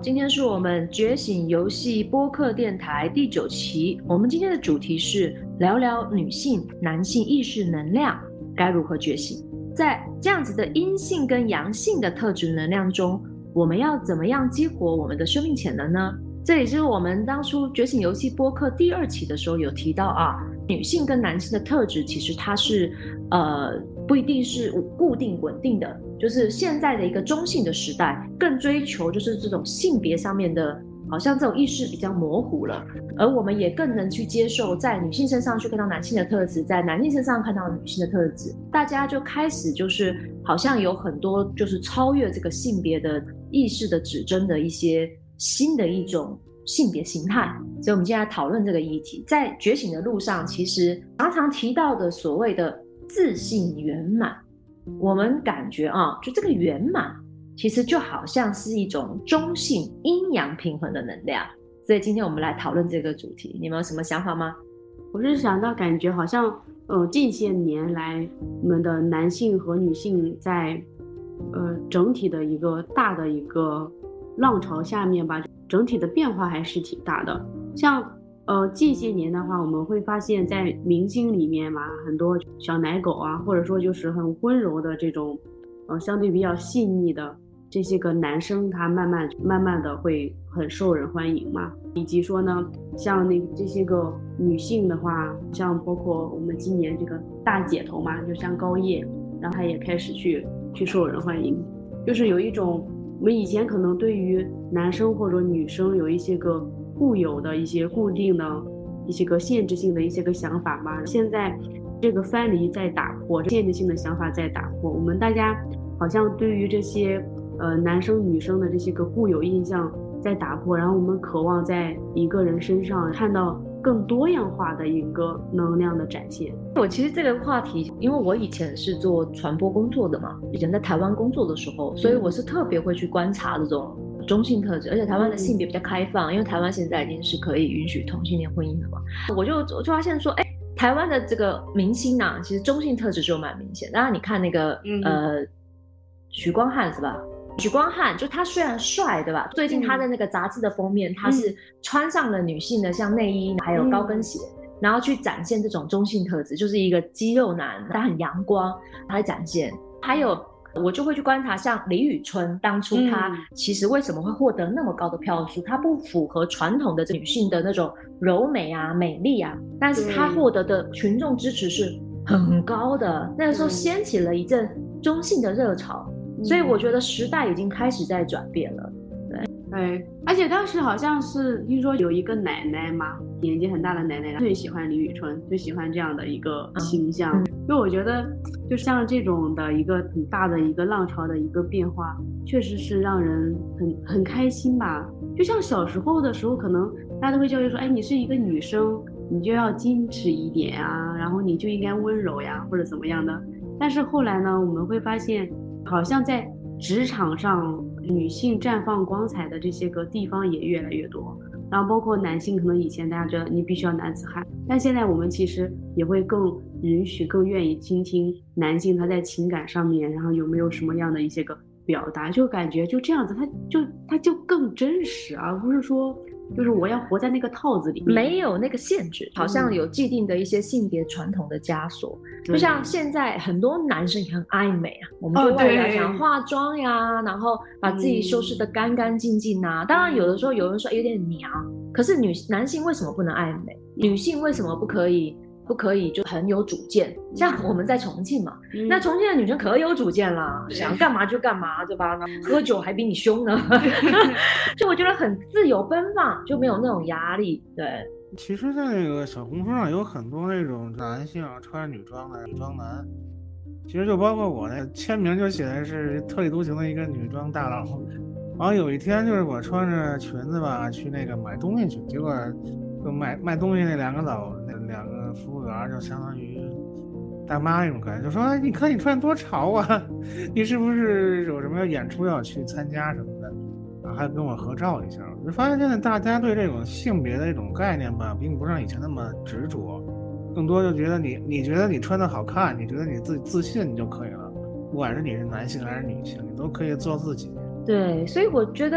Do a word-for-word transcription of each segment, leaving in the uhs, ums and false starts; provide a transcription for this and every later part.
今天是我们觉醒游戏播客电台第九期，我们今天的主题是聊聊女性、男性意识能量该如何觉醒。在这样子的阴性跟阳性的特质能量中，我们要怎么样激活我们的生命潜能呢？这也是我们当初觉醒游戏播客第二期的时候有提到啊，女性跟男性的特质其实它是呃不一定是固定稳定的，就是现在的一个中性的时代更追求就是这种性别上面的，好像这种意识比较模糊了，而我们也更能去接受在女性身上去看到男性的特质，在男性身上看到女性的特质，大家就开始就是好像有很多就是超越这个性别的意识的指针的一些新的一种性别形态。所以我们今天来讨论这个议题。在觉醒的路上，其实常常提到的所谓的自性圆满，我们感觉啊，就这个圆满其实就好像是一种中性阴阳平衡的能量。所以今天我们来讨论这个主题，你们有什么想法吗？ 我是想到感觉好像呃近些年来我们的男性和女性在呃整体的一个大的一个浪潮下面吧，整体的变化还是挺大的。像呃近些年的话，我们会发现在明星里面嘛，很多小奶狗啊，或者说就是很温柔的这种呃相对比较细腻的这些个男生，他慢慢慢慢的会很受人欢迎嘛。以及说呢，像那这些个女性的话，像包括我们今年这个大姐头嘛，就像高叶，然后她也开始去去受人欢迎，就是有一种我们以前可能对于男生或者女生有一些个固有的一些固定的一些个限制性的一些个想法吧，现在这个藩篱在打破，限制性的想法在打破，我们大家好像对于这些呃男生女生的这些个固有印象在打破，然后我们渴望在一个人身上看到更多样化的一个能量的展现。 我其实这个话题，因为我以前是做传播工作的嘛，以前在台湾工作的时候，所以我是特别会去观察这种中性特质，而且台湾的性别比较开放，因为台湾现在已经是可以允许同性恋婚姻的嘛，我就我就发现说，哎，台湾的这个明星啊，其实中性特质就蛮明显。当然你看那个、嗯、呃许光汉是吧？许光汉就他虽然帅对吧，最近他的那个杂志的封面、嗯、他是穿上了女性的像内衣还有高跟鞋、嗯、然后去展现这种中性特质，就是一个肌肉男，他很阳光，他会展现。还有我就会去观察像李宇春，当初他其实为什么会获得那么高的票数、嗯、他不符合传统的女性的那种柔美啊美丽啊，但是他获得的群众支持是很高的，那个时候掀起了一阵中性的热潮，所以我觉得时代已经开始在转变了。对， 对，而且当时好像是听说有一个奶奶嘛，年纪很大的奶奶最喜欢李宇春，最喜欢这样的一个形象、嗯、因为我觉得就像这种的一个很大的一个浪潮的一个变化，确实是让人很很开心吧。就像小时候的时候，可能大家都会教育说，哎，你是一个女生，你就要矜持一点啊，然后你就应该温柔呀，或者怎么样的。但是后来呢，我们会发现好像在职场上女性绽放光彩的这些个地方也越来越多，然后包括男性，可能以前大家觉得你必须要男子汉，但现在我们其实也会更允许更愿意倾听男性他在情感上面然后有没有什么样的一些个表达，就感觉就这样子他就他就更真实，而不是说就是我要活在那个套子里面， 没有那个限制，好像有既定的一些性别传统的枷锁、嗯、就像现在很多男生也很爱美啊，我们就外表想化妆呀、哦、然后把自己修饰得干干净净啊、嗯、当然有的时候有人说有点娘，可是女男性为什么不能爱美，女性为什么不可以不可以就很有主见，像我们在重庆嘛、嗯、那重庆的女生可有主见啦，想干嘛就干嘛对吧，喝酒还比你凶呢就我觉得很自由奔放，就没有那种压力。对， 其实在那个小红书上有很多那种男性穿女装的女装男，其实就包括我那签名就写的是特立独行的一个女装大佬。然后有一天就是我穿着裙子吧去那个买东西去，结果就卖卖东西那两个老那两个服务员就相当于大妈那种感觉，就说、哎、你看你穿多潮啊，你是不是有什么演出要去参加什么的，然后还跟我合照一下。我就发现现在大家对这种性别的这种概念吧并不像以前那么执着，更多就觉得你你觉得你穿的好看，你觉得你自己自信你就可以了，不管是你是男性还是女性，你都可以做自己。 对，所以我觉得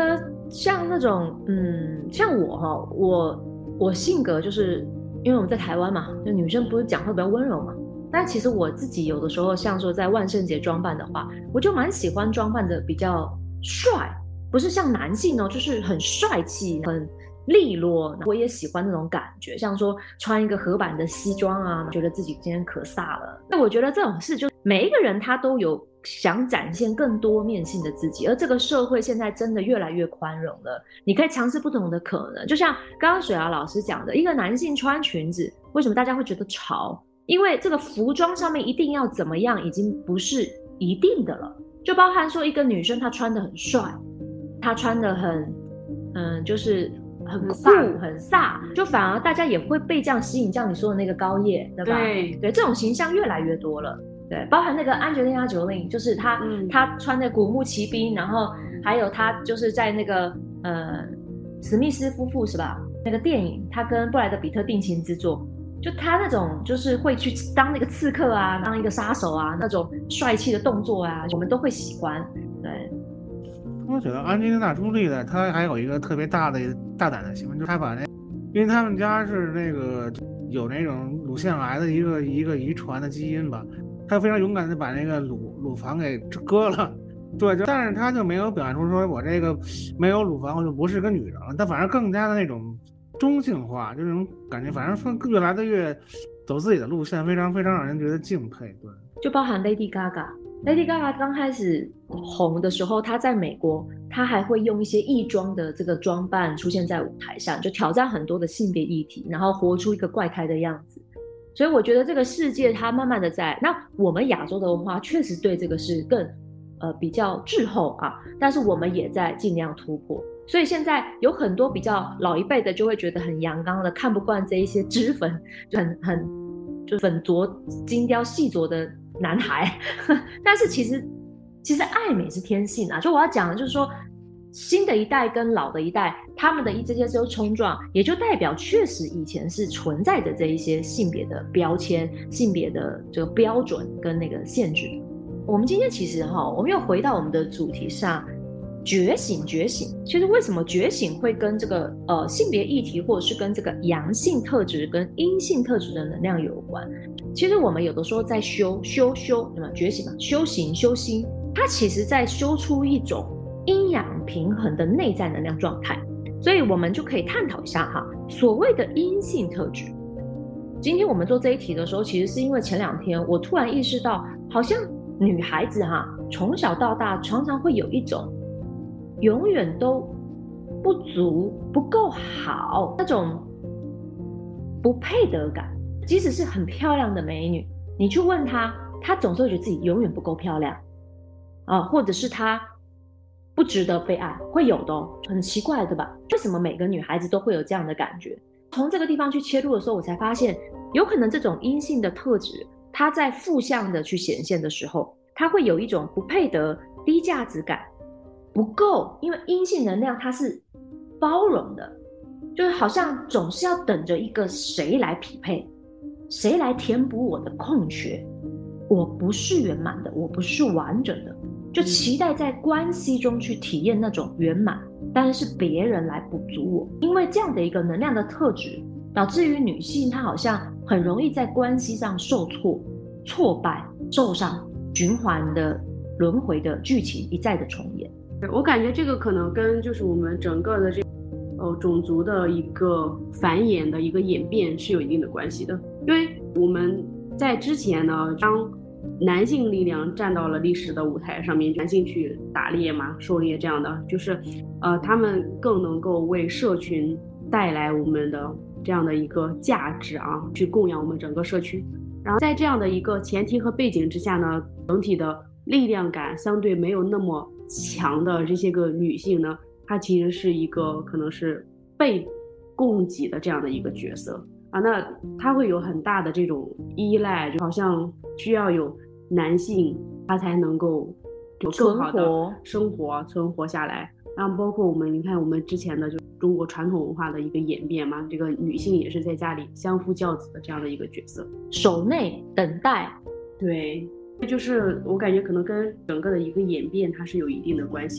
像那种嗯，像我哈，我我性格就是因为我们在台湾嘛，就女生不是讲话比较温柔嘛。但其实我自己有的时候，像说在万圣节装扮的话，我就蛮喜欢装扮的比较帅，不是像男性哦，就是很帅气、很利落。我也喜欢那种感觉，像说穿一个合版的西装啊，觉得自己今天可飒了。那我觉得这种事，就每一个人他都有想展现更多面性的自己，而这个社会现在真的越来越宽容了，你可以尝试不同的可能。就像刚刚水瑶老师讲的，一个男性穿裙子，为什么大家会觉得潮？因为这个服装上面一定要怎么样，已经不是一定的了。就包含说一个女生她穿得很帅，她穿得很嗯，就是很酷很飒，就反而大家也会被这样吸引，像你说的那个高叶，对吧？ 对对，这种形象越来越多了。对，包含那个安吉丽娜·裘琳，就是她、嗯、她穿的古墓奇兵，然后还有她就是在那个呃史密斯夫妇是吧？那个电影，她跟布莱德比特定情之作。就他那种就是会去当那个刺客啊，当一个杀手啊，那种帅气的动作啊，我们都会喜欢。对， 我觉得安吉丽娜·朱莉的她还有一个特别大的大胆的行为，就是她把那，因为他们家是那个有那种乳腺癌的一个一个遗传的基因吧，她非常勇敢的把那个乳乳房给割了。对，就但是她就没有表现出说我这个没有乳房我就不是个女人了，但反而更加的那种中性化，就这种感觉，反正越来的越走自己的路线，非常非常让人觉得敬佩。对， 就包含 Lady Gaga。Lady Gaga 刚开始红的时候，她在美国，她还会用一些异装的这个装扮出现在舞台上，就挑战很多的性别议题，然后活出一个怪胎的样子。所以我觉得这个世界它慢慢的在，那我们亚洲的文化确实对这个是更呃比较滞后啊，但是我们也在尽量突破。所以现在有很多比较老一辈的就会觉得很阳刚的，看不惯这一些脂粉，就很很就粉琢精雕细琢的男孩。但是其实其实爱美是天性啊，就我要讲的就是说，新的一代跟老的一代，他们的这些时候冲撞，也就代表确实以前是存在的这一些性别的标签、性别的这个标准跟那个限制。我们今天其实哈，我们又回到我们的主题上。觉醒觉醒，其实为什么觉醒会跟这个呃性别议题，或者是跟这个阳性特质跟阴性特质的能量有关？其实我们有的时候在修修修，对吗？觉醒嘛，修行修心，它其实在修出一种阴阳平衡的内在能量状态。所以我们就可以探讨一下哈，所谓的阴性特质。今天我们做这一题的时候，其实是因为前两天我突然意识到，好像女孩子哈，从小到大常常会有一种永远都不足不够好那种不配得感，即使是很漂亮的美女，你去问她，她总是会觉得自己永远不够漂亮啊，或者是她不值得被爱，会有的哦，很奇怪对吧？为什么每个女孩子都会有这样的感觉？从这个地方去切入的时候，我才发现有可能这种阴性的特质，它在负向的去显现的时候，它会有一种不配得、低价值感，不够，因为阴性能量它是包容的，就是好像总是要等着一个谁来匹配，谁来填补我的空缺，我不是圆满的，我不是完整的，就期待在关系中去体验那种圆满，但是别人来补足我。因为这样的一个能量的特质，导致于女性她好像很容易在关系上受挫、挫败、受伤，循环的轮回的剧情一再的重演。 我感觉这个可能跟就是我们整个的这呃种族的一个繁衍的一个演变是有一定的关系的。因为我们在之前呢，当男性力量站到了历史的舞台上面，男性去打猎嘛、狩猎这样的，就是呃他们更能够为社群带来我们的这样的一个价值啊，去供养我们整个社群。然后在这样的一个前提和背景之下呢，整体的力量感相对没有那么强的这些个女性呢，她其实是一个可能是被供给的这样的一个角色啊，那她会有很大的这种依赖，就好像需要有男性她才能够有更好的生活存活下来。然后包括我们你看我们之前的就中国传统文化的一个演变嘛，这个女性也是在家里相夫教子的这样的一个角色， 守内等待。 对，就是我感觉可能跟整个的一个演变它是有一定的关系的。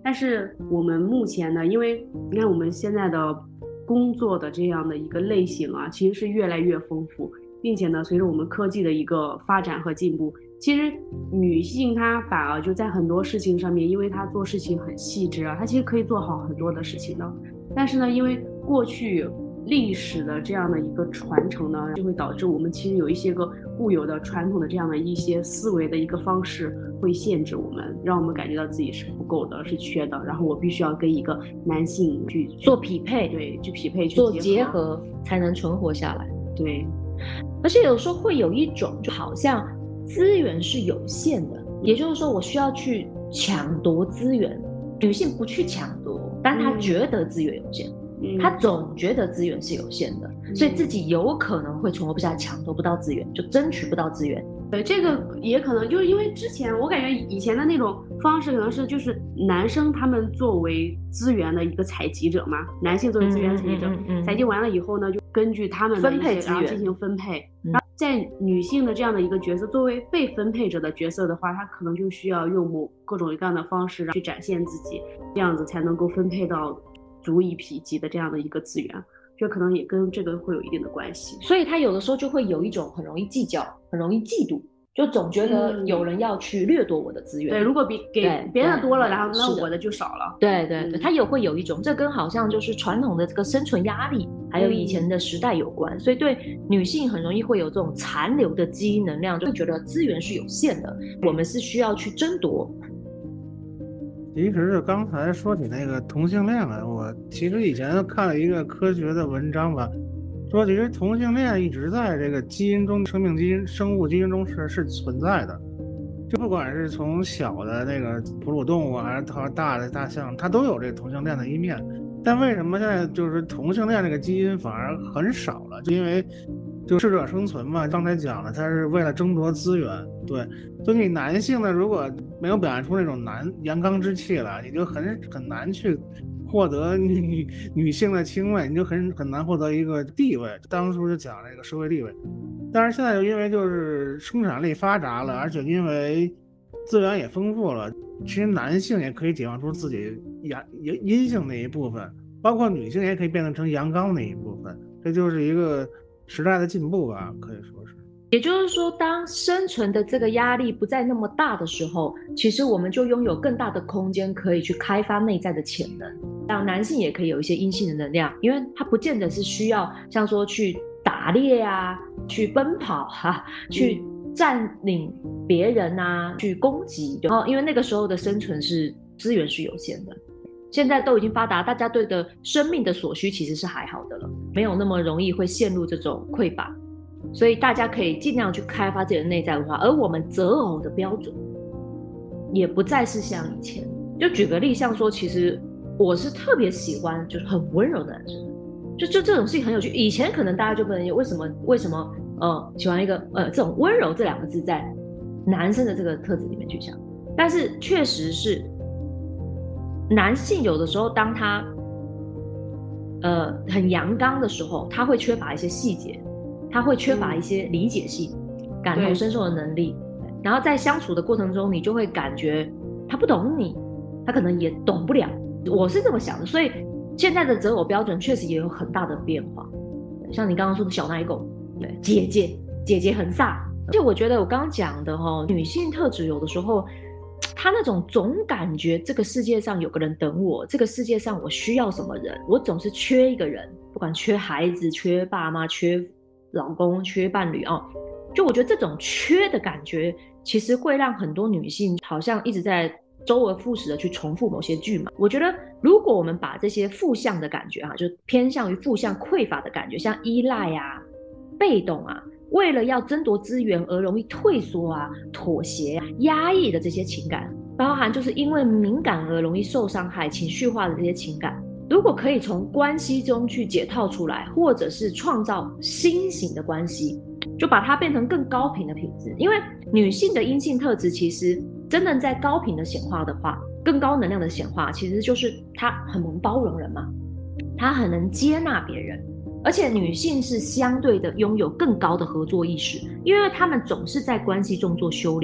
但是我们目前呢，因为你看我们现在的工作的这样的一个类型啊，其实是越来越丰富，并且呢，随着我们科技的一个发展和进步，其实女性她反而就在很多事情上面，因为她做事情很细致啊，她其实可以做好很多的事情的。但是呢，因为过去历史的这样的一个传承呢，就会导致我们其实有一些个固有的传统的这样的一些思维的一个方式，会限制我们，让我们感觉到自己是不够的，是缺的。然后我必须要跟一个男性去做匹配， 对，去匹配，去做结合， 结合才能存活下来。 对， 而且有时候会有一种，就好像资源是有限的，也就是说，我需要去抢夺资源。女性不去抢夺，但她觉得资源有限。 嗯， 他总觉得资源是有限的，嗯、所以自己有可能会存活不下，抢夺不到资源，就争取不到资源。 对，这个也可能就是因为之前我感觉以前的那种方式，可能是就是男生他们作为资源的一个采集者嘛，男性作为资源采集者，嗯嗯嗯、采集完了以后呢，就根据他们的分配资源， 然后进行分配。嗯、然后在女性的这样的一个角色，作为被分配者的角色的话，她可能就需要用某各种各样的方式去展现自己，这样子才能够分配到足以匹及的这样的一个资源，就可能也跟这个会有一定的关系。 所以他有的时候就会有一种很容易计较，很容易嫉妒，就总觉得有人要去掠夺我的资源。 嗯、对，如果比给别人的多了，然后那我的就少了。 对对对，他也会有一种，这跟好像就是传统的这个生存压力，还有以前的时代有关。嗯、所以对女性很容易会有这种残留的基因能量，就会觉得资源是有限的，我们是需要去争夺。 其实是刚才说起那个同性恋啊，我其实以前看了一个科学的文章吧，说其实同性恋一直在这个基因中，生命基因、生物基因中是是存在的，就不管是从小的那个哺乳动物还是到大的大象，它都有这个同性恋的一面。但为什么现在就是同性恋这个基因反而很少了？就因为就适者生存嘛，刚才讲了，它是为了争夺资源。对，所以你男性呢，如果没有表现出那种男阳刚之气来，你就很很难去获得女女性的亲吻，你就很很难获得一个地位。当初就讲那个社会地位，但是现在就因为就是生产力发达了，而且因为资源也丰富了，其实男性也可以解放出自己阳阴性那一部分，包括女性也可以变得成阳刚那一部分，这就是一个时代的进步吧，可以说是。 也就是说，当生存的这个压力不再那么大的时候，其实我们就拥有更大的空间可以去开发内在的潜能。让男性也可以有一些阴性的能量，因为他不见得是需要像说去打猎啊，去奔跑啊，去占领别人啊，去攻击。然后因为那个时候的生存是资源是有限的，现在都已经发达，大家对的生命的所需其实是还好的了，没有那么容易会陷入这种匮乏，所以大家可以尽量去开发自己的内在文化。而我们择偶的标准也不再是像以前，就举个例，像说其实我是特别喜欢就是很温柔的男生，就就这种事情很有趣。以前可能大家就不能有，为什么为什么呃喜欢一个呃这种温柔这两个字在男生的这个特质里面去想，但是确实是男性有的时候当他呃很阳刚的时候，他会缺乏一些细节，他会缺乏一些理解性、嗯、感同身受的能力，然后在相处的过程中你就会感觉他不懂你，他可能也懂不了，我是这么想的。所以现在的择偶标准确实也有很大的变化，像你刚刚说的小奶狗，对，姐姐姐姐很飒。而且我觉得我刚刚讲的齁，女性特质有的时候他那种总感觉这个世界上有个人等我，这个世界上我需要什么人，我总是缺一个人，不管缺孩子、缺爸妈、缺老公、缺伴侣哦，就我觉得这种缺的感觉其实会让很多女性好像一直在周而复始的去重复某些剧嘛。我觉得如果我们把这些负向的感觉啊，就偏向于负向匮乏的感觉，像依赖啊、被动啊，为了要争夺资源而容易退缩啊、妥协啊、压抑的这些情感，包含就是因为敏感而容易受伤害、情绪化的这些情感，如果可以从关系中去解套出来，或者是创造新型的关系，就把它变成更高频的品质。因为女性的阴性特质其实真的在高频的显化的话，更高能量的显化其实就是她很能包容人嘛，她很能接纳别人，而且女性是相对的拥有更高的合作意识，因为她们总是在关系中做修炼，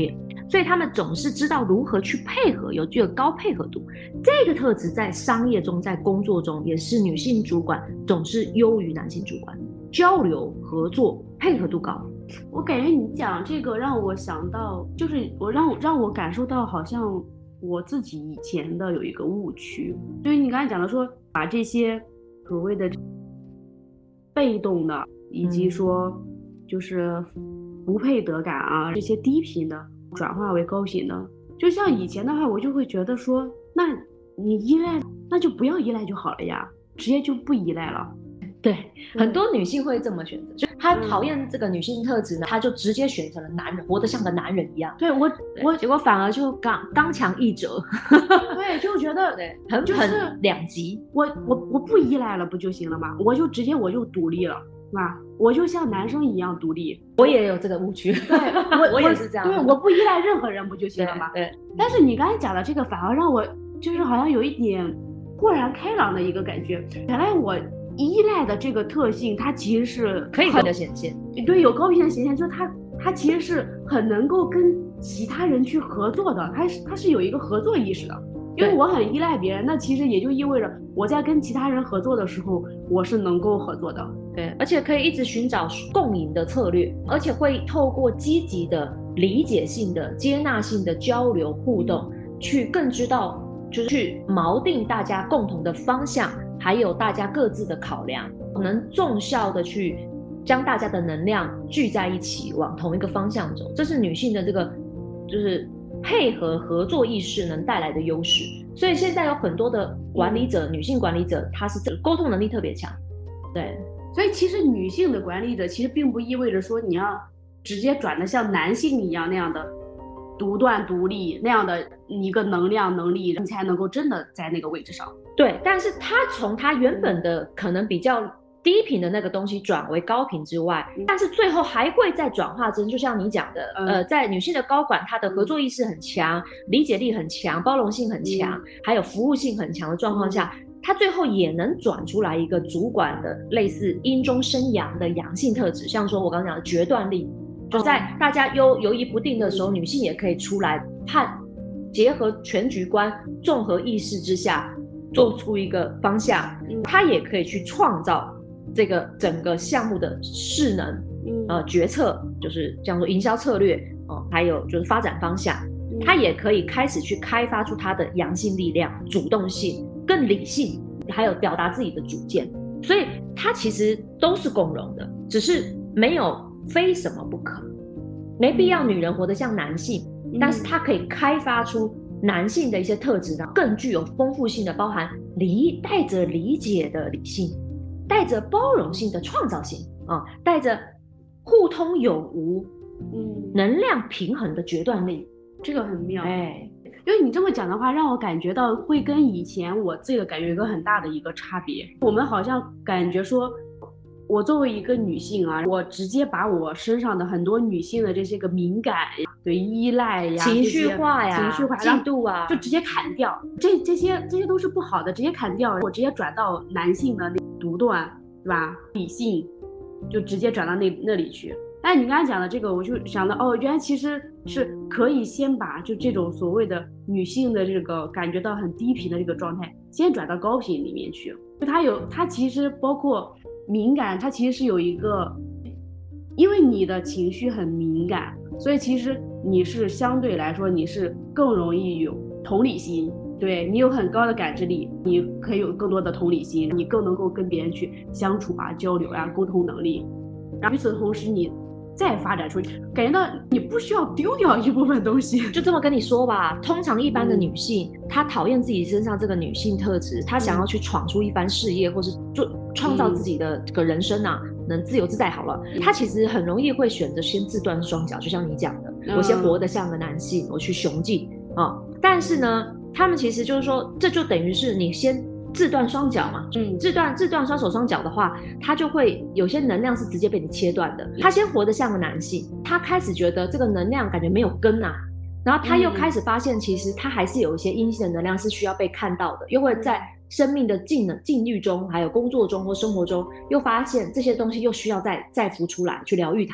所以他们总是知道如何去配合，有具有高配合度。这个特质在商业中，在工作中也是女性主管总是优于男性主管，交流合作配合度高。 我感觉你讲这个让我想到，就是我让我让我感受到好像我自己以前的有一个误区，就是你刚才讲的说把这些所谓的被动的以及说就是不配得感啊，这些低频的转化为高频的。就像以前的话，我就会觉得说，那你依赖那就不要依赖就好了呀，直接就不依赖了。 对，很多女性会这么选择，就她讨厌这个女性特质呢，她就直接选择了男人，活得像个男人一样。 对我， 对我结果反而就刚刚强易折， 对，就觉得对，很就是很两极。 我我我不依赖了不就行了吗？我就直接我就独立了，是吧？我就像男生一样独立。 我也有这个误区， 对，我我也是这样。 对，我不依赖任何人不就行了吗？ 对。对但是你刚才讲的这个，反而让我就是好像有一点豁然开朗的一个感觉。原来我依赖的这个特性，它其实是可以的显现， 对，有高频的显现，就是它它其实是很能够跟其他人去合作的，它是它是有一个合作意识的。因为我很依赖别人，那其实也就意味着我在跟其他人合作的时候，我是能够合作的。 对，而且可以一直寻找共赢的策略，而且会透过积极的、理解性的、接纳性的交流互动，去更知道就是去锚定大家共同的方向，还有大家各自的考量，能纵效的去将大家的能量聚在一起，往同一个方向走。这是女性的这个就是配合合作意识能带来的优势。所以现在有很多的管理者，女性管理者，她是沟通能力特别强。对， 所以其实女性的管理者其实并不意味着说你要直接转得像男性一样那样的独断独立那样的一个能量能力，你才能够真的在那个位置上。 对，但是她从她原本的可能比较低频的那个东西转为高频之外，嗯、但是最后还会再转化成，就像你讲的，嗯、呃，在女性的高管，她的合作意识很强，理解力很强，包容性很强，嗯、还有服务性很强的状况下，嗯、她最后也能转出来一个主管的类似阴中生阳的阳性特质，像说我刚刚讲的决断力，就在大家犹犹疑不定的时候，嗯、女性也可以出来判，结合全局观、综合意识之下，做出一个方向，嗯、她也可以去创造这个整个项目的势能，嗯、呃，决策就是这样说，营销策略哦、呃，还有就是发展方向，嗯、它也可以开始去开发出它的阳性力量、主动性、更理性，还有表达自己的主见。所以它其实都是共融的，只是没有非什么不可，没必要女人活得像男性，嗯、但是它可以开发出男性的一些特质，然后更具有丰富性的，包含理带着理解的理性。带着包容性的创造性啊，带着互通有无，嗯，能量平衡的决断力， 这个很妙。 哎， 因为你这么讲的话，让我感觉到会跟以前我自己的感觉有一个很大的一个差别。我们好像感觉说，我作为一个女性啊，我直接把我身上的很多女性的这些个敏感呀、对依赖呀、 情绪化呀、 情绪化、 嫉妒啊， 就直接砍掉。这这些这些都是不好的，直接砍掉。我直接转到男性的那独断，对吧？理性，就直接转到那那里去。但你刚才讲的这个，我就想到哦，原来其实是可以先把就这种所谓的女性的这个感觉到很低频的这个状态，先转到高频里面去。就它有，它其实包括敏感，它其实是有一个，因为你的情绪很敏感，所以其实你是相对来说你是更容易有同理心。对，你有很高的感知力，你可以有更多的同理心，你更能够跟别人去相处啊、交流啊、沟通能力。然后与此同时，你再发展出去，感觉到你不需要丢掉一部分东西。 就这么跟你说吧，通常一般的女性，嗯、她讨厌自己身上这个女性特质，她想要去闯出一番事业，或是做创造自己的这个人生啊，嗯、能自由自在好了。她其实很容易会选择先自断双脚，就像你讲的，嗯、我先活得像个男性，我去雄竞啊，哦。但是呢，他们其实就是说，这就等于是你先自断双脚嘛，嗯，自断自断双手双脚的话，他就会有些能量是直接被你切断的。他先活得像个男性，他开始觉得这个能量感觉没有根啊，然后他又开始发现，其实他还是有一些阴性的能量是需要被看到的，又会在生命的境境遇中，还有工作中或生活中，又发现这些东西又需要再再浮出来去疗愈它。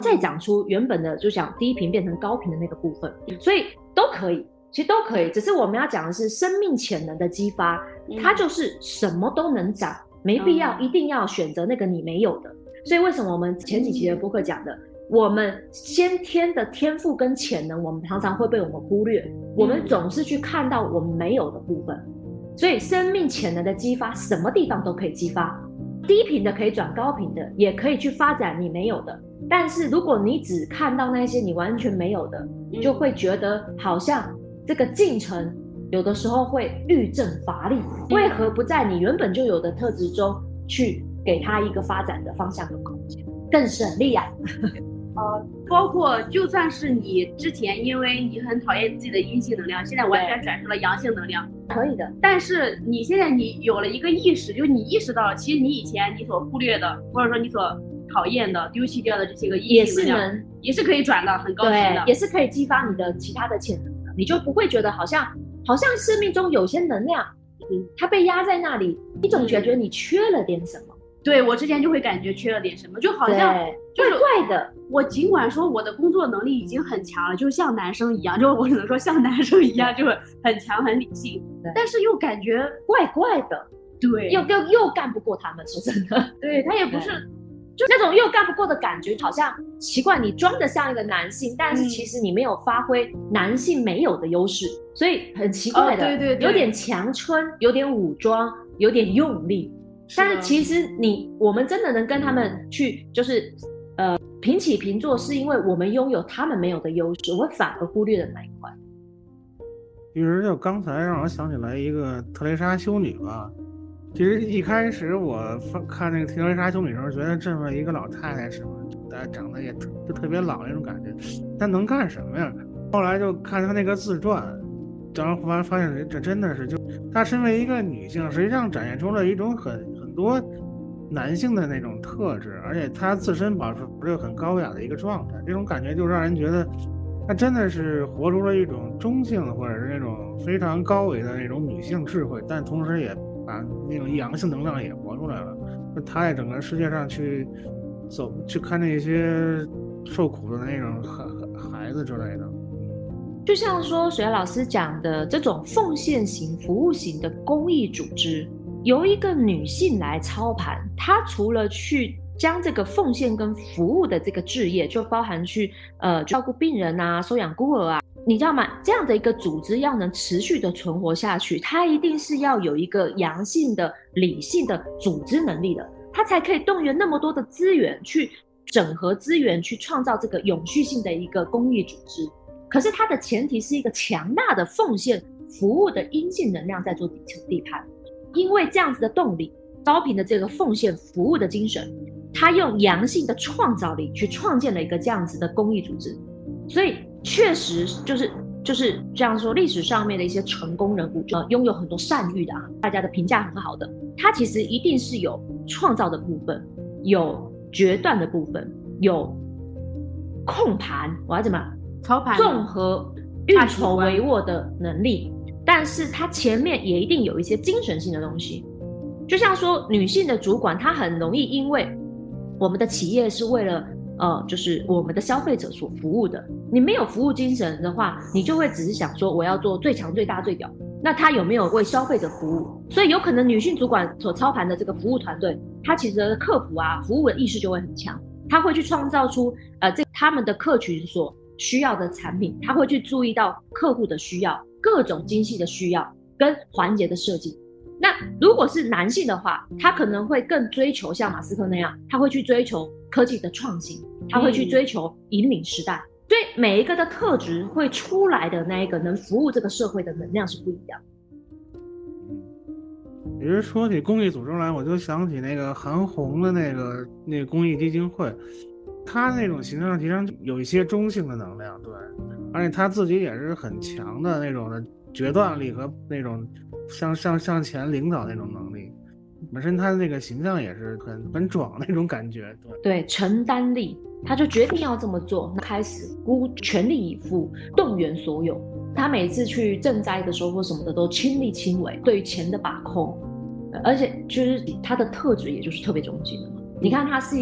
再长出原本的就讲低频变成高频的那个部分，所以都可以，其实都可以，只是我们要讲的是生命潜能的激发，它就是什么都能长，没必要一定要选择那个你没有的。所以为什么我们前几期的播客讲的，我们先天的天赋跟潜能，我们常常会被我们忽略，我们总是去看到我们没有的部分。所以生命潜能的激发，什么地方都可以激发，低频的可以转高频的，也可以去发展你没有的。但是如果你只看到那些你完全没有的，就会觉得好像这个进程有的时候会欲振乏力，为何不在你原本就有的特质中去给它一个发展的方向跟空间，更省力啊。 呃，包括就算是你之前因为你很讨厌自己的阴性能量，现在完全转成了阳性能量， 可以的。 但是你现在你有了一个意识，就是你意识到了，其实你以前你所忽略的，或者说你所讨厌的、丢弃掉的这些个阴性能量，也是能，也是可以转的，很高频的， 也是可以激发你的其他的潜能的。你就不会觉得好像好像生命中有些能量，嗯，它被压在那里，你总觉得你缺了点什么。 对，我之前就会感觉缺了点什么，就好像就是怪怪的。 我尽管说我的工作能力已经很强了，就像男生一样，就我只能说像男生一样，就是很强很理性，但是又感觉怪怪的。 对， 又又又干不过他们，说真的。 对，他也不是， 就那种又干不过的感觉，好像奇怪，你装得像一个男性，但是其实你没有发挥男性没有的优势，嗯，所以很奇怪的， 哦，对对对， 有点强撑，有点武装，有点用力。但是其实你我们真的能跟他们去就是呃平起平坐，是因为我们拥有他们没有的优势，我们反而忽略了那一块。 其实就刚才让我想起来一个特蕾莎修女吧。其实一开始我看那个特蕾莎修女的时候，觉得这么一个老太太是吗？长得也特就特别老那种感觉，她能干什么呀？后来就看她那个自传，然后发发现这真的是就她身为一个女性，实际上展现出了一种很很多男性的那种特质，而且她自身保持着很高雅的一个状态，这种感觉就让人觉得她真的是活出了一种中性或者是那种非常高维的那种女性智慧，但同时也把那种阳性能量也活出来了。她在整个世界上去走去看那些受苦的那种孩子之类的。 就像说水老师讲的这种奉献型服务型的公益组织，由一个女性来操盘，她除了去将这个奉献跟服务的这个志业，就包含去呃照顾病人啊、收养孤儿啊，你知道吗？这样的一个组织要能持续的存活下去，它一定是要有一个阳性的、理性的组织能力的，它才可以动员那么多的资源去整合资源，去创造这个永续性的一个公益组织。可是它的前提是一个强大的奉献服务的阴性能量在做底层地盘，因为这样子的动力，高频的这个奉献服务的精神，它用阳性的创造力去创建了一个这样子的公益组织。所以确实就是就是这样说，历史上面的一些成功人物，呃，拥有很多善誉的啊，大家的评价很好的，它其实一定是有创造的部分，有决断的部分，有控盘，我要怎么操盘综合运筹帷幄的能力，但是它前面也一定有一些精神性的东西。就像说女性的主管，她很容易因为我们的企业是为了呃，就是我们的消费者所服务的，你没有服务精神的话，你就会只是想说我要做最强最大最屌，那他有没有为消费者服务？所以有可能女性主管所操盘的这个服务团队，他其实的客服啊服务的意识就会很强，他会去创造出呃这他们的客群所需要的产品，他会去注意到客户的需要，各种精细的需要跟环节的设计。那如果是男性的话，他可能会更追求像马斯克那样，他会去追求科技的创新，他会去追求引领时代，所以每一个的特质会出来的那一个能服务这个社会的能量是不一样的。 其实说起公益组织来，我就想起那个韩红的那个那个公益基金会，他那种形象其实有一些中性的能量，对，而且他自己也是很强的那种的决断力和那种向向向前领导那种能力，本身他的那个形象也是很很壮那种感觉， 对，对，承担力，他就决定要这么做，开始孤全力以赴，动员所有。他每次去赈灾的时候或什么的都亲力亲为，对于钱的把控，而且就是他的特质也就是特别中性的嘛。你看他是一个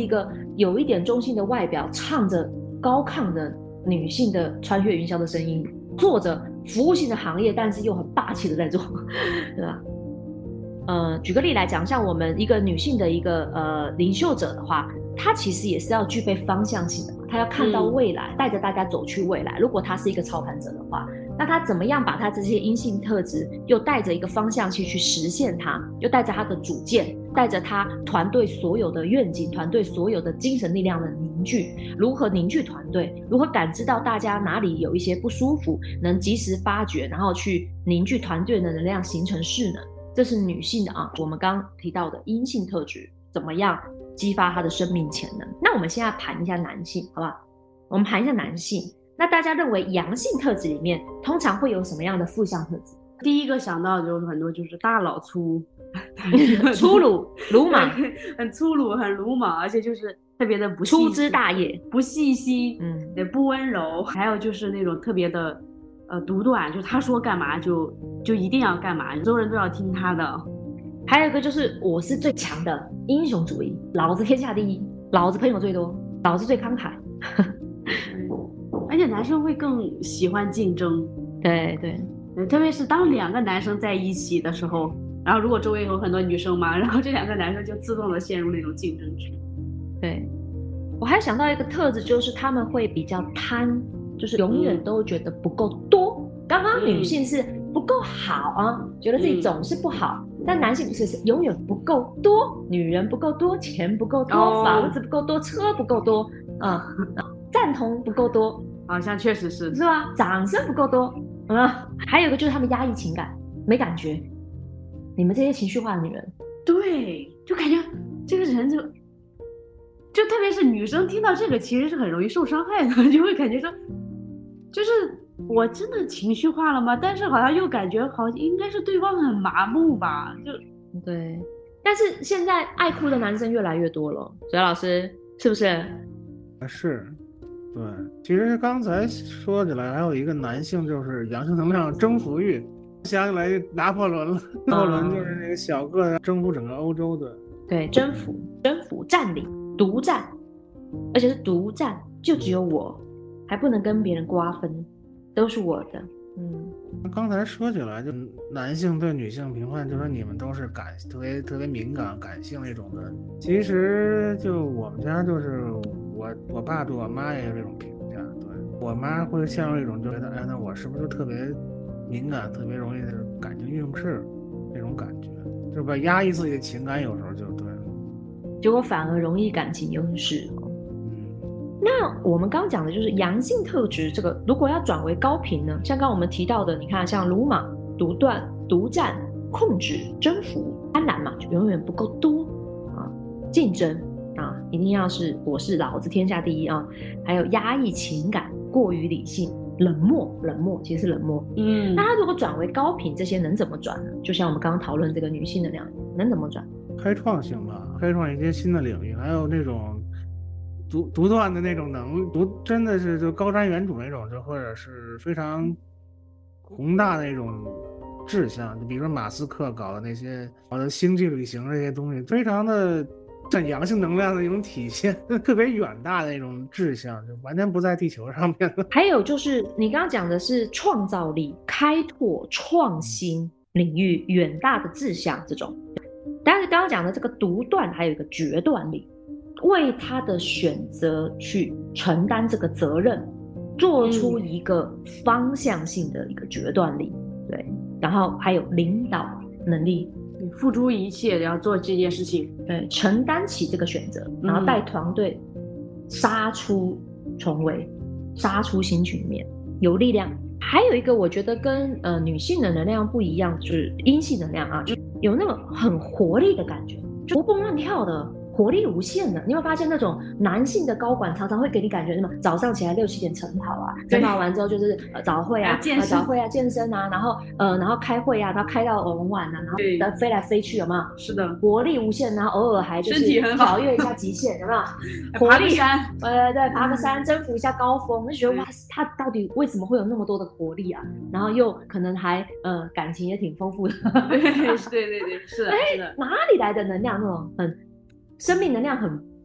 有一点中性的外表，唱着高亢的女性的穿越云霄的声音，做着服务性的行业，但是又很霸气的在做，对吧？呃，举个例来讲，像我们一个女性的一个呃领袖者的话，她其实也是要具备方向性的嘛，她要看到未来，带着大家走去未来。如果她是一个操盘者的话，那她怎么样把她这些阴性特质又带着一个方向性去实现它，又带着她的主见，带着她团队所有的愿景，团队所有的精神力量的凝聚，如何凝聚团队，如何感知到大家哪里有一些不舒服，能及时发觉，然后去凝聚团队的能量，形成势能。这是女性的啊，我们刚刚提到的阴性特质，怎么样激发她的生命潜能？那我们现在盘一下男性，好不好？我们盘一下男性。那大家认为阳性特质里面通常会有什么样的负向特质？ 第一个想到的就是很多就是大老粗粗鲁鲁莽， 很粗鲁，很鲁莽，而且就是特别的不细粗枝大叶， 不细心， 嗯， 也不温柔，还有就是那种特别的呃独断，就他说干嘛就就一定要干嘛，所有人都要听他的。 还有一个就是我是最强的英雄主义，老子天下第一，老子朋友最多，老子最慷慨。 而且男生会更喜欢竞争， 对对。 特别是当两个男生在一起的时候，然后如果周围有很多女生嘛，然后这两个男生就自动的陷入那种竞争区。 对，我还想到一个特质，就是他们会比较贪，就是永远都觉得不够多。刚刚女性是不够好啊，觉得自己总是不好，但男性不是，是永远不够多，女人不够多，钱不够多， 哦房子不够多，车不够多，啊、嗯，赞同不够多， 好像确实是是吧？掌声不够多。嗯，还有一个就是他们压抑情感，没感觉。你们这些情绪化的女人， 对，就感觉这个人就，就特别是女生听到这个，其实是很容易受伤害的，就会感觉说，就是我真的情绪化了吗？但是好像又感觉好像应该是对方很麻木吧，就对。但是现在爱哭的男生越来越多了，水老师是不是？ 是。对，其实刚才说起来还有一个男性就是阳性能量征服欲，想起来拿破仑了。拿破仑就是那个小个征服整个欧洲的。 对，征服、征服、占领、独占，而且是独占，就只有我，还不能跟别人瓜分，都是我的。嗯， 刚才说起来，就男性对女性评判，就说你们都是感特别特别敏感、感性那种的。其实就我们家就是我我爸对我妈也有这种评价，对我妈会陷入一种就觉得，哎，那我是不是就特别敏感、特别容易感情用事那种感觉，就把压抑自己的情感，有时候就对， 结果反而容易感情用事。那我们刚刚讲的就是阳性特质，这个如果要转为高频呢？像刚刚我们提到的，你看像鲁莽、独断、独占、控制、征服、贪婪嘛，就永远不够多啊，竞争啊，一定要是我是老子天下第一啊，还有压抑情感、过于理性、冷漠，冷漠其实是冷漠。 嗯， 那它如果转为高频，这些能怎么转呢？就像我们刚刚讨论这个女性能量，能怎么转？ 开创性吧，开创一些新的领域，还有那种。独独断的那种能独真的是就高瞻远瞩那种，就或者是非常宏大的那种志向，就比如说马斯克搞的那些搞的星际旅行这些东西，非常的像阳性能量的一种体现，特别远大的那种志向，就完全不在地球上面了。 还有就是你刚刚讲的是创造力、开拓、创新领域、远大的志向这种，但是刚刚讲的这个独断，还有一个决断力。为他的选择去承担这个责任，做出一个方向性的一个决断力，嗯、对，然后还有领导能力， 付诸一切要做这件事情， 对，承担起这个选择，然后带团队杀出重围，杀出新局面，有力量。还有一个我觉得跟呃女性的能量不一样，就是阴性能量啊，就有那种很活力的感觉，就活蹦乱跳的。活力无限的，你会发现那种男性的高管常常会给你感觉什么？早上起来六七点晨跑啊，晨跑完之后就是呃早会啊，呃早会啊，健身啊，然后呃然后开会啊，然后开到很晚啊，然后飞来飞去，有没有？ 是的， 活力无限，然后偶尔还就是超越一下极限，有没有？ 活力山， 呃对，爬个山，征服一下高峰，就觉得哇，他到底为什么会有那么多的活力啊？然后又可能还呃感情也挺丰富的， 对对对对，是的，是的， 哪里来的能量那种很？生命能量很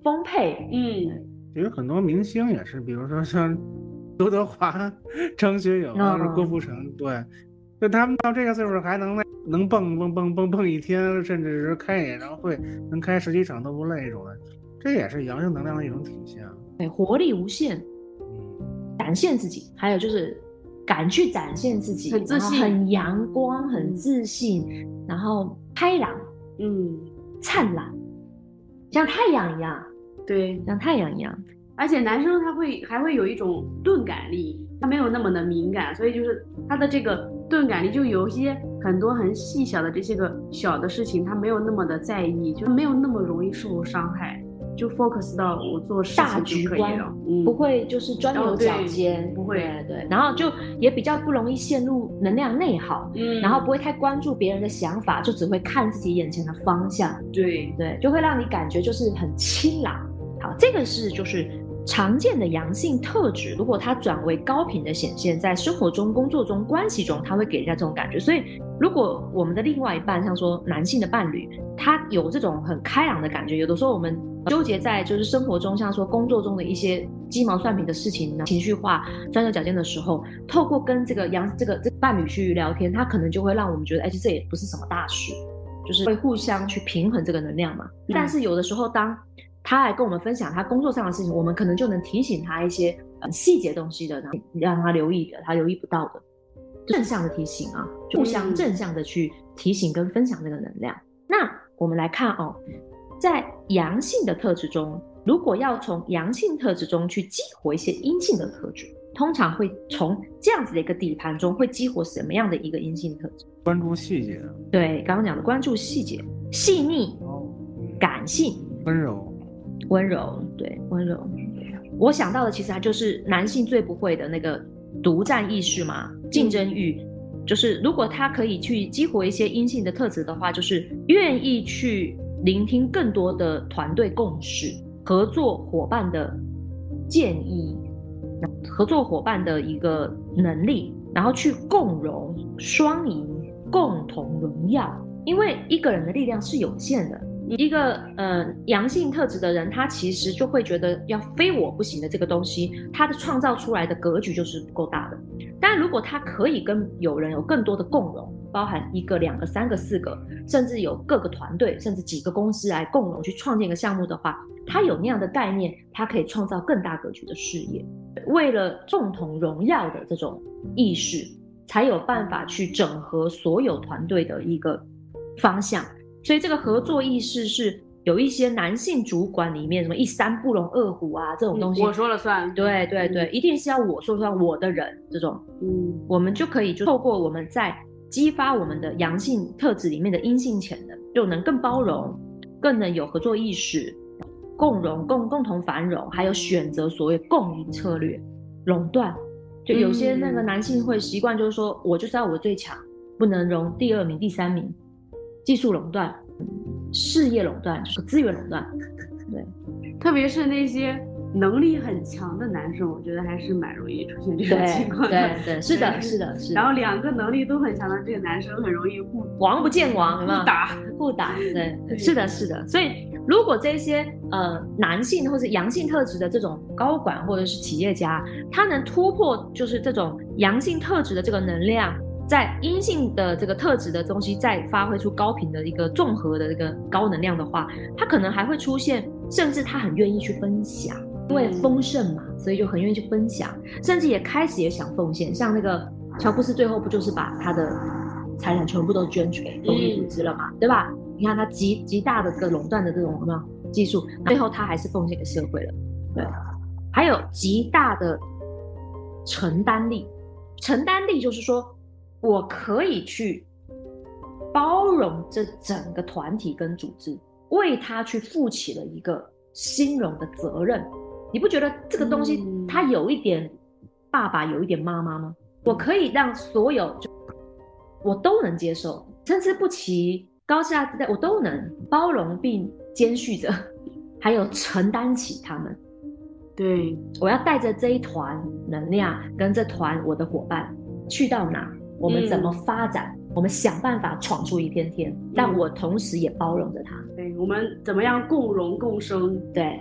丰沛。 嗯， 其实很多明星也是，比如说像刘德华、张学友啊、 嗯郭富城，对，就他们到这个岁数还能能蹦蹦蹦蹦蹦一天，甚至是开演唱会能开十几场都不累这种的，这也是阳性能量的一种体现。 对，活力无限， 嗯， 展现自己，还有就是敢去展现自己， 很自信， 很阳光，很自信， 嗯、 然后开朗， 嗯， 灿烂，像太阳一样。 对， 像太阳一样。 而且男生他会还会有一种钝感力，他没有那么的敏感，所以就是他的这个钝感力就有一些很多很细小的这些个小的事情，他没有那么的在意，就没有那么容易受伤害，就 focus 到我做事情就可以了，嗯， 不会就是钻牛角尖， 不会， 对对，然后就也比较不容易陷入能量内耗，嗯，然后不会太关注别人的想法，就只会看自己眼前的方向， 对对，就会让你感觉就是很清朗。好，这个是就是常见的阳性特质，如果它转为高频的显现，在生活中、工作中、关系中，它会给人家这种感觉。所以，如果我们的另外一半，像说男性的伴侣，他有这种很开朗的感觉，有的时候我们纠结在就是生活中，像说工作中的一些鸡毛蒜皮的事情，情绪化、钻牛角尖的时候，透过跟这个阳这个这个伴侣去聊天，他可能就会让我们觉得，哎，其实这也不是什么大事，就是会互相去平衡这个能量嘛。嗯、但是有的时候当他来跟我们分享他工作上的事情，我们可能就能提醒他一些呃细节东西的，然后让他留意的，他留意不到的正向的提醒啊，互相正向的去提醒跟分享这个能量。嗯、那我们来看哦，在阳性的特质中，如果要从阳性特质中去激活一些阴性的特质，通常会从这样子的一个底盘中会激活什么样的一个阴性特质？ 关注细节。 对，刚刚讲的关注细节，细腻、感性、 温柔。 温柔，对，温柔。我想到的其实它就是男性最不会的那个独占意识嘛，竞争欲。嗯、就是如果他可以去激活一些阴性的特质的话，就是愿意去聆听更多的团队共识、合作伙伴的建议、合作伙伴的一个能力，然后去共荣、双赢、共同荣耀。因为一个人的力量是有限的。一个呃阳性特质的人，他其实就会觉得要非我不行的这个东西，他的创造出来的格局就是不够大的。但如果他可以跟有人有更多的共荣，包含一个、两个、三个、四个，甚至有各个团队，甚至几个公司来共荣去创建一个项目的话，他有那样的概念，他可以创造更大格局的事业。为了共同荣耀的这种意识，才有办法去整合所有团队的一个方向。所以这个合作意识是有一些男性主管里面什么一山不容二虎啊这种东西， 我说了算。 对对对，嗯、一定是要我说了算，我的人这种，嗯，我们就可以就透过我们在激发我们的阳性特质里面的阴性潜能，就能更包容，更能有合作意识，共荣、共共同繁荣，还有选择所谓共赢策略，垄断。就有些那个男性会习惯就是说，我就是要我最强，不能容第二名、第三名。技术垄断、事业垄断、就是资源垄断，对， 特别是那些能力很强的男生，我觉得还是蛮容易出现这种情况的。 对对对，是的，是的，是的。 然后两个能力都很强的这个男生，很容易互王不见王，有没有？ 互打， 互打，对，对是的，是的。所以，如果这些呃男性或是阳性特质的这种高管或者是企业家，他能突破就是这种阳性特质的这个能量。在阴性的这个特质的东西再发挥出高频的一个综合的这个高能量的话，它可能还会出现，甚至他很愿意去分享，因为丰盛嘛，所以就很愿意去分享，甚至也开始也想奉献。像那个乔布斯最后不就是把他的财产全部都捐给公益组织了嘛，嗯、对吧？你看他极极大的这个垄断的这种什么技术，最后他还是奉献给社会了。对，还有极大的承担力，承担力就是说。我可以去包容这整个团体跟组织，为他去负起了一个兴荣的责任。你不觉得这个东西它有一点爸爸有一点妈妈吗？我可以让所有我都能接受，参差不齐、高下自在，我都能包容并兼续着，还有承担起他们。 对， 我要带着这一团能量跟这团我的伙伴去到哪？我们怎么发展、嗯、我们想办法闯出一片天、嗯、但我同时也包容着他。 对，我们怎么样共荣共生。 对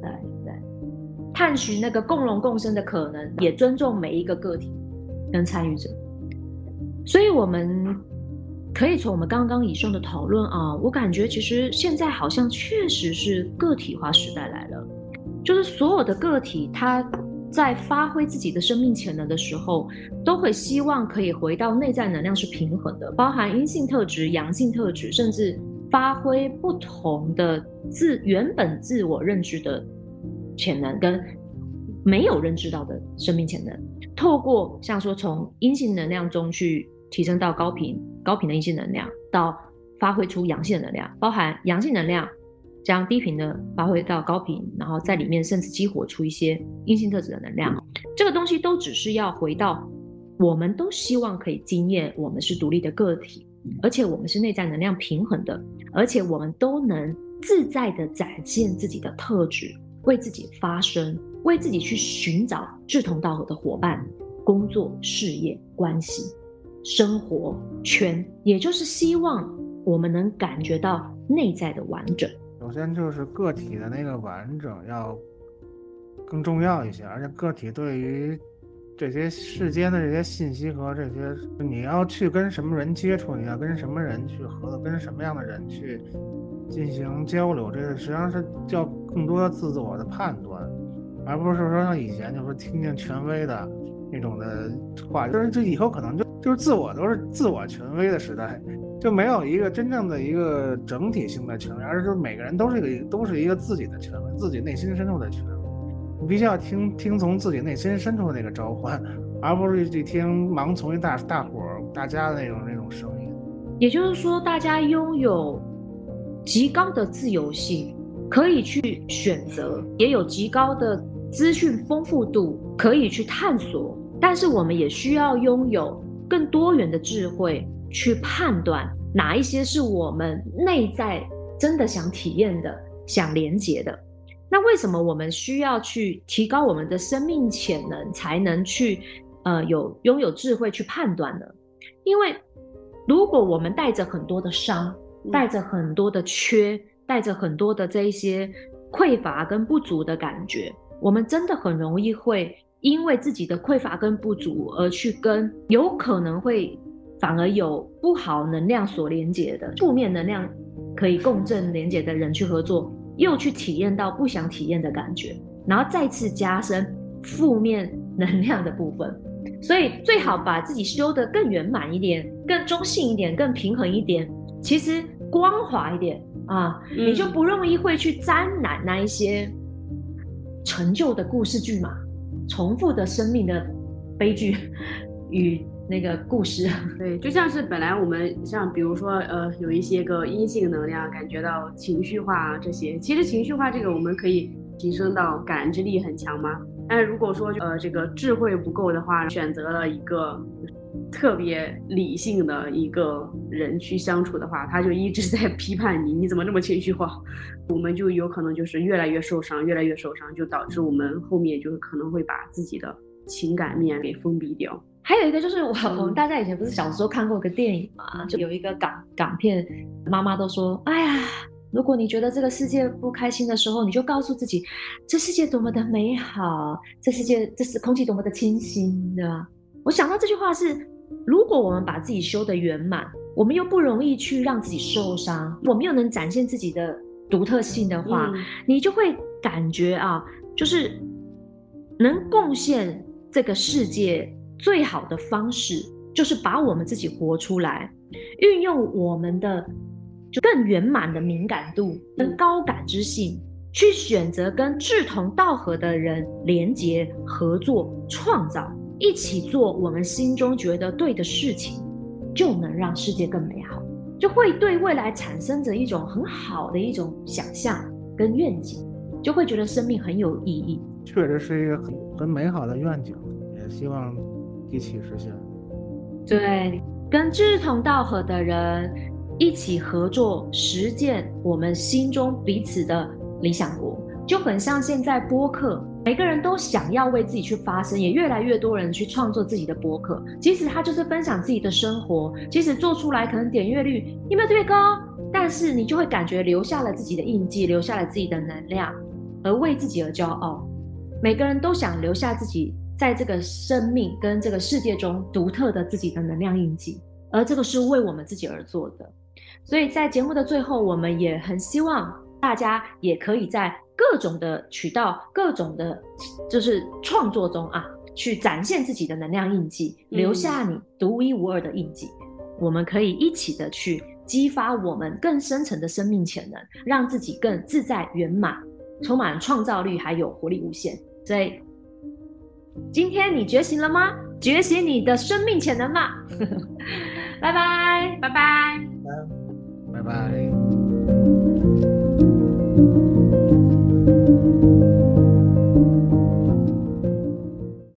对对，探寻那个共荣共生的可能，也尊重每一个个体跟参与者。所以我们可以从我们刚刚以上的讨论啊，我感觉其实现在好像确实是个体化时代来了，就是所有的个体他在发挥自己的生命潜能的时候，都会希望可以回到内在能量是平衡的，包含阴性特质、阳性特质，甚至发挥不同的自原本自我认知的潜能跟没有认知到的生命潜能，透过像说从阴性能量中去提升到高频高频的阴性能量，到发挥出阳性的能量，包含阳性能量将低频的发挥到高频，然后在里面甚至激活出一些阴性特质的能量。这个东西都只是要回到我们都希望可以经验我们是独立的个体，而且我们是内在能量平衡的，而且我们都能自在的展现自己的特质，为自己发声，为自己去寻找志同道合的伙伴、工作、事业、关系、生活圈，也就是希望我们能感觉到内在的完整。 首先就是个体的那个完整要更重要一些，而且个体对于这些世间的这些信息和这些你要去跟什么人接触，你要跟什么人去合作，跟什么样的人去进行交流，这个实际上是叫更多的自我的判断，而不是说像以前就是听见权威的那种的话，就是这以后可能就就是自我都是自我权威的时代，就没有一个真正的一个整体性的权威，而是就是每个人都是一个都是一个自己的权威，自己内心深处的权威，你必须要听听从自己内心深处的那个召唤，而不是去听盲从一大大伙大家的那种那种声音。 也就是说，大家拥有极高的自由性，可以去选择，也有极高的资讯丰富度，可以去探索。但是我们也需要拥有更多元的智慧，去判断哪一些是我们内在真的想体验的、想连结的。那为什么我们需要去提高我们的生命潜能，才能去呃有拥有智慧去判断呢？因为如果我们带着很多的伤，带着很多的缺，带着很多的这一些匮乏跟不足的感觉，我们真的很容易会因为自己的匮乏跟不足而去跟有可能会反而有不好能量所连结的负面能量可以共振连结的人去合作，又去体验到不想体验的感觉，然后再次加深负面能量的部分。所以最好把自己修得更圆满一点，更中性一点，更平衡一点，其实光滑一点啊， 嗯、 你就不容易会去沾染那一些陈旧的故事剧嘛，重复的生命的悲剧与那个故事。 对，就像是本来我们像比如说呃有一些个阴性能量，感觉到情绪化啊这些，其实情绪化这个我们可以提升到感知力很强吗？但是如果说呃这个智慧不够的话，选择了一个特别理性的一个人去相处的话，他就一直在批判你，你怎么这么情绪化？我们就有可能就是越来越受伤，越来越受伤，就导致我们后面就是可能会把自己的情感面给封闭掉。 还有一个就是我我们大家以前不是小时候看过一个电影嘛，就有一个港港片，妈妈都说，哎呀，如果你觉得这个世界不开心的时候，你就告诉自己，这世界多么的美好，这世界这是空气多么的清新，对吧？我想到这句话是，如果我们把自己修得圆满，我们又不容易去让自己受伤，我们又能展现自己的独特性的话，嗯、你就会感觉啊，就是能贡献这个世界最好的方式，就是把我们自己活出来，运用我们的就更圆满的敏感度跟高感知性，去选择跟志同道合的人连结、合作、创造，一起做我们心中觉得对的事情，就能让世界更美好，就会对未来产生着一种很好的一种想象跟愿景，就会觉得生命很有意义。 确实是一个很很美好的愿景，也希望一起实现。 对，跟志同道合的人一起合作，实践我们心中彼此的理想国，就很像现在播客，每个人都想要为自己去发声，也越来越多人去创作自己的播客，即使他就是分享自己的生活，即使做出来可能点阅率也没有特别高，但是你就会感觉留下了自己的印记，留下了自己的能量， 而为自己而骄傲。每个人都想留下自己在这个生命跟这个世界中独特的自己的能量印记，而这个是为我们自己而做的。所以在节目的最后，我们也很希望大家也可以在各种的渠道、各种的就是创作中啊，去展现自己的能量印记，留下你独一无二的印记。嗯、我们可以一起的去激发我们更深层的生命潜能，让自己更自在圆满，充满创造力，还有活力无限。所以今天你觉醒了吗？觉醒你的生命潜能吧。拜拜， 拜拜， 拜拜。